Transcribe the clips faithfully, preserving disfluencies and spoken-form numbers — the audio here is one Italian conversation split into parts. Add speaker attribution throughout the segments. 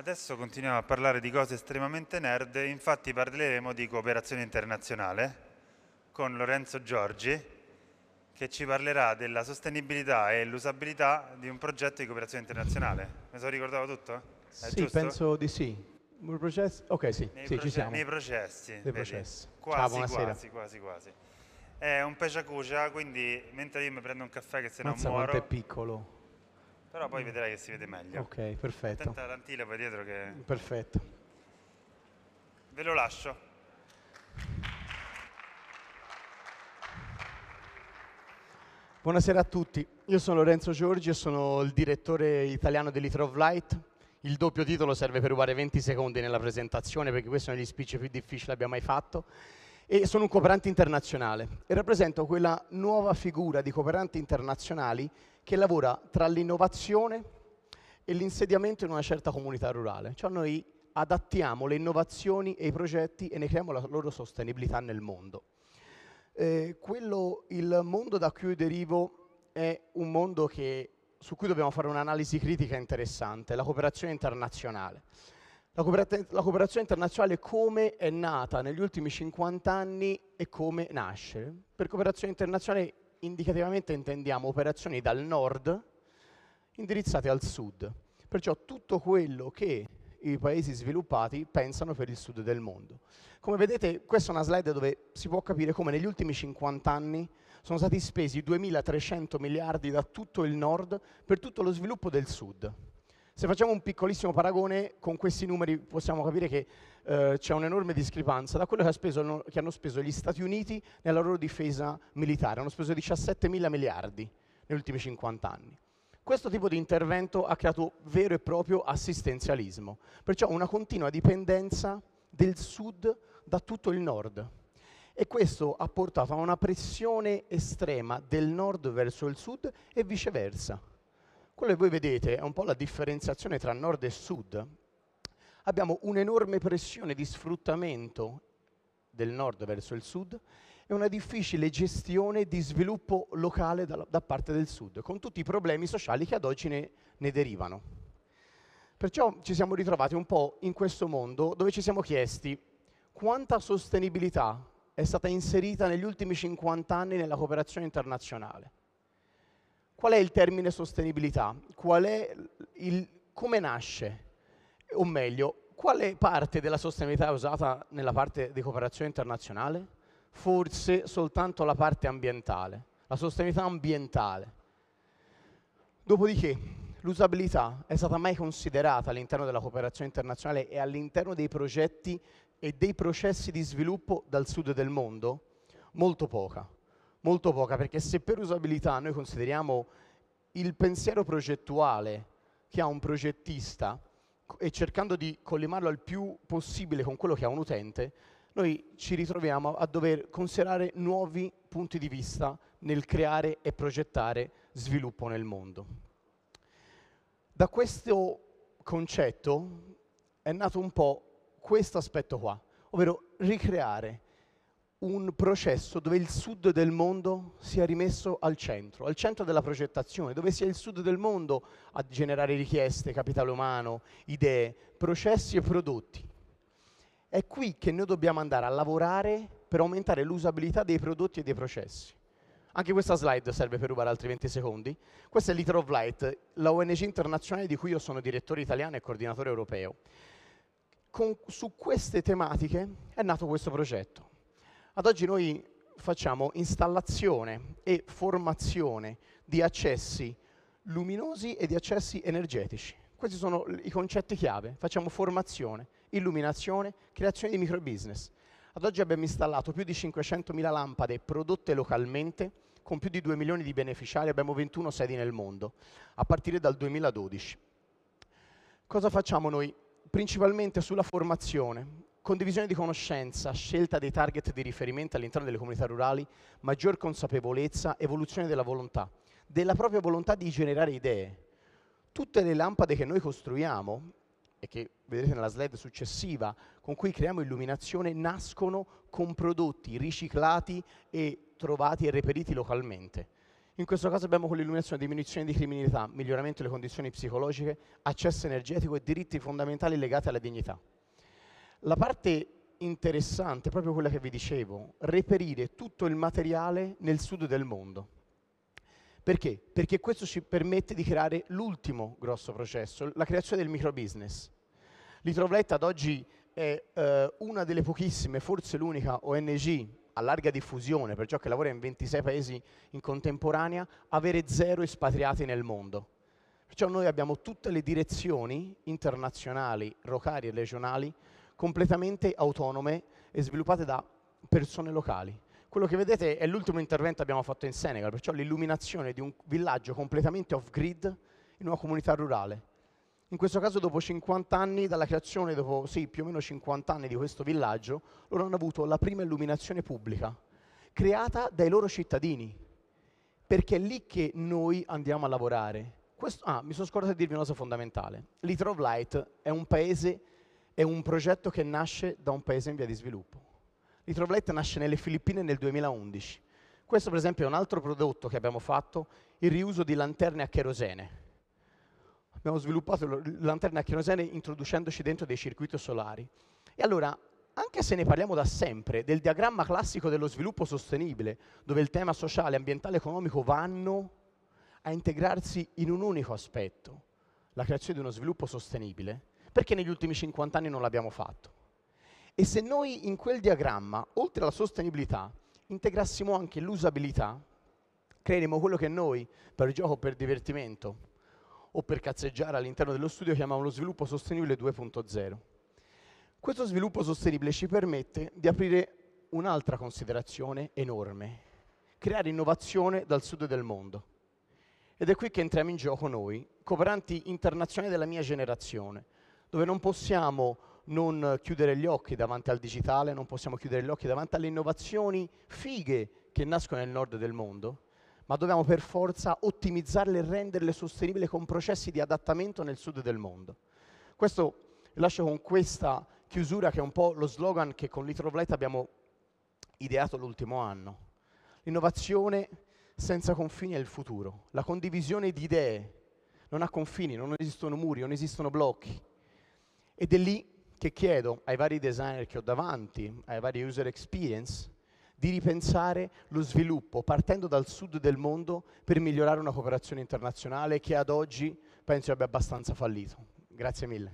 Speaker 1: Adesso continuiamo a parlare di cose estremamente nerd, infatti parleremo di cooperazione internazionale con Lorenzo Giorgi, che ci parlerà della sostenibilità e l'usabilità di un progetto di cooperazione internazionale. Mi sono ricordato tutto? È
Speaker 2: Sì,
Speaker 1: giusto?
Speaker 2: penso di sì. Un processo? Ok, sì,
Speaker 1: Nei,
Speaker 2: sì,
Speaker 1: proce-
Speaker 2: ci siamo.
Speaker 1: nei processi,
Speaker 2: Dei
Speaker 1: vedi?
Speaker 2: processi.
Speaker 1: Quasi,
Speaker 2: Ciao, buonasera.
Speaker 1: quasi, quasi, quasi. È un pesciacucia, quindi mentre io mi prendo un caffè che se no
Speaker 2: Mazza
Speaker 1: muoro,
Speaker 2: quanto è piccolo.
Speaker 1: però poi vedrai che si vede meglio.
Speaker 2: Ok, perfetto.
Speaker 1: Attenta alla tantila poi dietro che...
Speaker 2: Perfetto.
Speaker 1: Ve lo lascio.
Speaker 2: Buonasera a tutti, io sono Lorenzo Giorgi e sono il direttore italiano dell'Eater of Light. Il doppio titolo serve per rubare venti secondi nella presentazione perché questo è uno degli speech più difficili che abbiamo mai fatto. E sono un cooperante internazionale e rappresento quella nuova figura di cooperanti internazionali che lavora tra l'innovazione e l'insediamento in una certa comunità rurale. Cioè noi adattiamo le innovazioni e i progetti e ne creiamo la loro sostenibilità nel mondo. Eh, quello, il mondo da cui derivo è un mondo che, su cui dobbiamo fare un'analisi critica interessante, la cooperazione internazionale. La, cooper- la cooperazione internazionale come è nata negli ultimi cinquanta anni e come nasce. Per cooperazione internazionale indicativamente intendiamo operazioni dal nord indirizzate al sud, perciò tutto quello che i paesi sviluppati pensano per il sud del mondo. Come vedete, questa è una slide dove si può capire come negli ultimi cinquanta anni sono stati spesi duemilatrecento miliardi da tutto il nord per tutto lo sviluppo del sud. Se facciamo un piccolissimo paragone con questi numeri possiamo capire che eh, c'è un'enorme discrepanza da quello che, ha speso, che hanno speso gli Stati Uniti nella loro difesa militare. Hanno speso diciassettemila miliardi negli ultimi cinquanta anni. Questo tipo di intervento ha creato vero e proprio assistenzialismo, perciò una continua dipendenza del sud da tutto il nord. E questo ha portato a una pressione estrema del nord verso il sud e viceversa. Quello che voi vedete è un po' la differenziazione tra nord e sud. Abbiamo un'enorme pressione di sfruttamento del nord verso il sud e una difficile gestione di sviluppo locale da, da parte del sud, con tutti i problemi sociali che ad oggi ne, ne derivano. Perciò ci siamo ritrovati un po' in questo mondo dove ci siamo chiesti quanta sostenibilità è stata inserita negli ultimi cinquanta anni nella cooperazione internazionale. Qual è il termine sostenibilità? Qual è il, come nasce? O meglio, quale parte della sostenibilità è usata nella parte di cooperazione internazionale? Forse soltanto la parte ambientale, la sostenibilità ambientale. Dopodiché, l'usabilità è stata mai considerata all'interno della cooperazione internazionale e all'interno dei progetti e dei processi di sviluppo dal sud del mondo? Molto poca. Molto poca, perché se per usabilità noi consideriamo il pensiero progettuale che ha un progettista e cercando di collimarlo al più possibile con quello che ha un utente, noi ci ritroviamo a dover considerare nuovi punti di vista nel creare e progettare sviluppo nel mondo. Da questo concetto è nato un po' questo aspetto qua, ovvero ricreare un processo dove il sud del mondo sia rimesso al centro, al centro della progettazione, dove sia il sud del mondo a generare richieste, capitale umano, idee, processi e prodotti. È qui che noi dobbiamo andare a lavorare per aumentare l'usabilità dei prodotti e dei processi. Anche questa slide serve per rubare altri venti secondi. Questa è l'Eater of Light, la O N G internazionale di cui io sono direttore italiano e coordinatore europeo. Con, su queste tematiche è nato questo progetto. Ad oggi noi facciamo installazione e formazione di accessi luminosi e di accessi energetici. Questi sono i concetti chiave. Facciamo formazione, illuminazione, creazione di microbusiness. Ad oggi abbiamo installato più di cinquecentomila lampade prodotte localmente, con più di due milioni di beneficiari, abbiamo ventuno sedi nel mondo, a partire dal duemiladodici. Cosa facciamo noi? Principalmente sulla formazione. Condivisione di conoscenza, scelta dei target di riferimento all'interno delle comunità rurali, maggior consapevolezza, evoluzione della volontà, della propria volontà di generare idee. Tutte le lampade che noi costruiamo, e che vedete nella slide successiva, con cui creiamo illuminazione, nascono con prodotti riciclati e trovati e reperiti localmente. In questo caso abbiamo con l'illuminazione diminuzione di criminalità, miglioramento delle condizioni psicologiche, accesso energetico e diritti fondamentali legati alla dignità. La parte interessante è proprio quella che vi dicevo, reperire tutto il materiale nel sud del mondo. Perché? Perché questo ci permette di creare l'ultimo grosso processo, la creazione del microbusiness. L'E-Trovlight ad oggi è eh, una delle pochissime, forse l'unica O N G a larga diffusione, perciò che lavora in ventisei paesi in contemporanea, avere zero espatriati nel mondo. Perciò noi abbiamo tutte le direzioni internazionali, locali e regionali completamente autonome e sviluppate da persone locali. Quello che vedete è l'ultimo intervento che abbiamo fatto in Senegal, perciò l'illuminazione di un villaggio completamente off-grid in una comunità rurale. In questo caso dopo cinquanta anni dalla creazione, dopo sì, più o meno cinquanta anni di questo villaggio, loro hanno avuto la prima illuminazione pubblica, creata dai loro cittadini, perché è lì che noi andiamo a lavorare. Questo, ah, mi sono scordato di dirvi una cosa fondamentale. L'E-Trovlight è un paese, è un progetto che nasce da un paese in via di sviluppo. L'E-Trovlight nasce nelle Filippine nel duemilaundici. Questo per esempio è un altro prodotto che abbiamo fatto, il riuso di lanterne a cherosene. Abbiamo sviluppato le lanterne a cherosene introducendoci dentro dei circuiti solari. E allora, anche se ne parliamo da sempre, del diagramma classico dello sviluppo sostenibile, dove il tema sociale, ambientale e economico vanno a integrarsi in un unico aspetto, la creazione di uno sviluppo sostenibile, perché negli ultimi cinquanta anni non l'abbiamo fatto? E se noi in quel diagramma, oltre alla sostenibilità, integrassimo anche l'usabilità, creeremo quello che noi, per gioco o per divertimento, o per cazzeggiare all'interno dello studio, chiamiamo lo sviluppo sostenibile due punto zero. Questo sviluppo sostenibile ci permette di aprire un'altra considerazione enorme, creare innovazione dal sud del mondo. Ed è qui che entriamo in gioco noi, cooperanti internazionali della mia generazione, dove non possiamo non chiudere gli occhi davanti al digitale, non possiamo chiudere gli occhi davanti alle innovazioni fighe che nascono nel nord del mondo, ma dobbiamo per forza ottimizzarle e renderle sostenibili con processi di adattamento nel sud del mondo. Questo lascio con questa chiusura che è un po' lo slogan che con l'E-Trovlight abbiamo ideato l'ultimo anno. L'innovazione senza confini è il futuro. La condivisione di idee non ha confini, non esistono muri, non esistono blocchi. Ed è lì che chiedo ai vari designer che ho davanti, ai vari user experience, di ripensare lo sviluppo partendo dal sud del mondo per migliorare una cooperazione internazionale che ad oggi penso abbia abbastanza fallito. Grazie mille.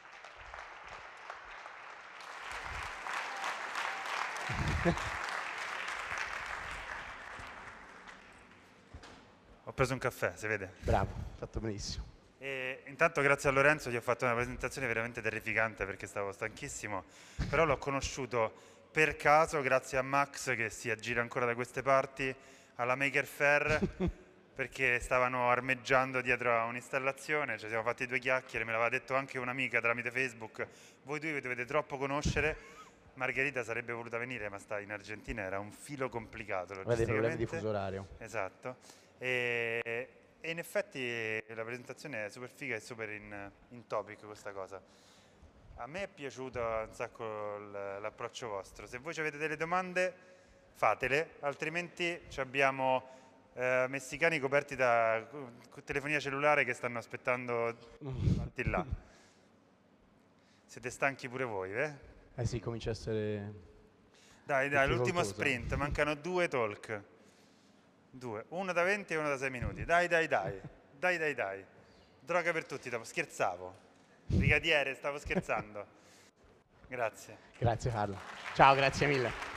Speaker 1: Ho preso un caffè, si vede?
Speaker 2: Bravo, fatto benissimo.
Speaker 1: E intanto grazie a Lorenzo, gli ho fatto una presentazione veramente terrificante perché stavo stanchissimo, però l'ho conosciuto per caso grazie a Max che si aggira ancora da queste parti alla Maker Faire perché stavano armeggiando dietro a un'installazione, ci siamo fatti due chiacchiere, me l'aveva detto anche un'amica tramite Facebook, voi due vi dovete troppo conoscere, Margherita sarebbe voluta venire ma sta in Argentina, era un filo complicato
Speaker 2: avete problemi di fuso orario.
Speaker 1: Esatto, e, e in effetti la presentazione è super figa e super in, in topic questa cosa. A me è piaciuto un sacco l'approccio vostro. Se voi avete delle domande, fatele, altrimenti abbiamo eh, messicani coperti da telefonia cellulare che stanno aspettando davanti là. Siete stanchi pure voi, eh?
Speaker 2: Eh sì, comincia a essere...
Speaker 1: Dai, dai, l'ultimo sprint, mancano due talk. Due, uno da venti e uno da sei minuti. Dai, dai, dai, dai, dai, dai. Droga per tutti, scherzavo. Brigadiere, stavo scherzando. Grazie.
Speaker 2: Grazie Carlo. Ciao, grazie mille.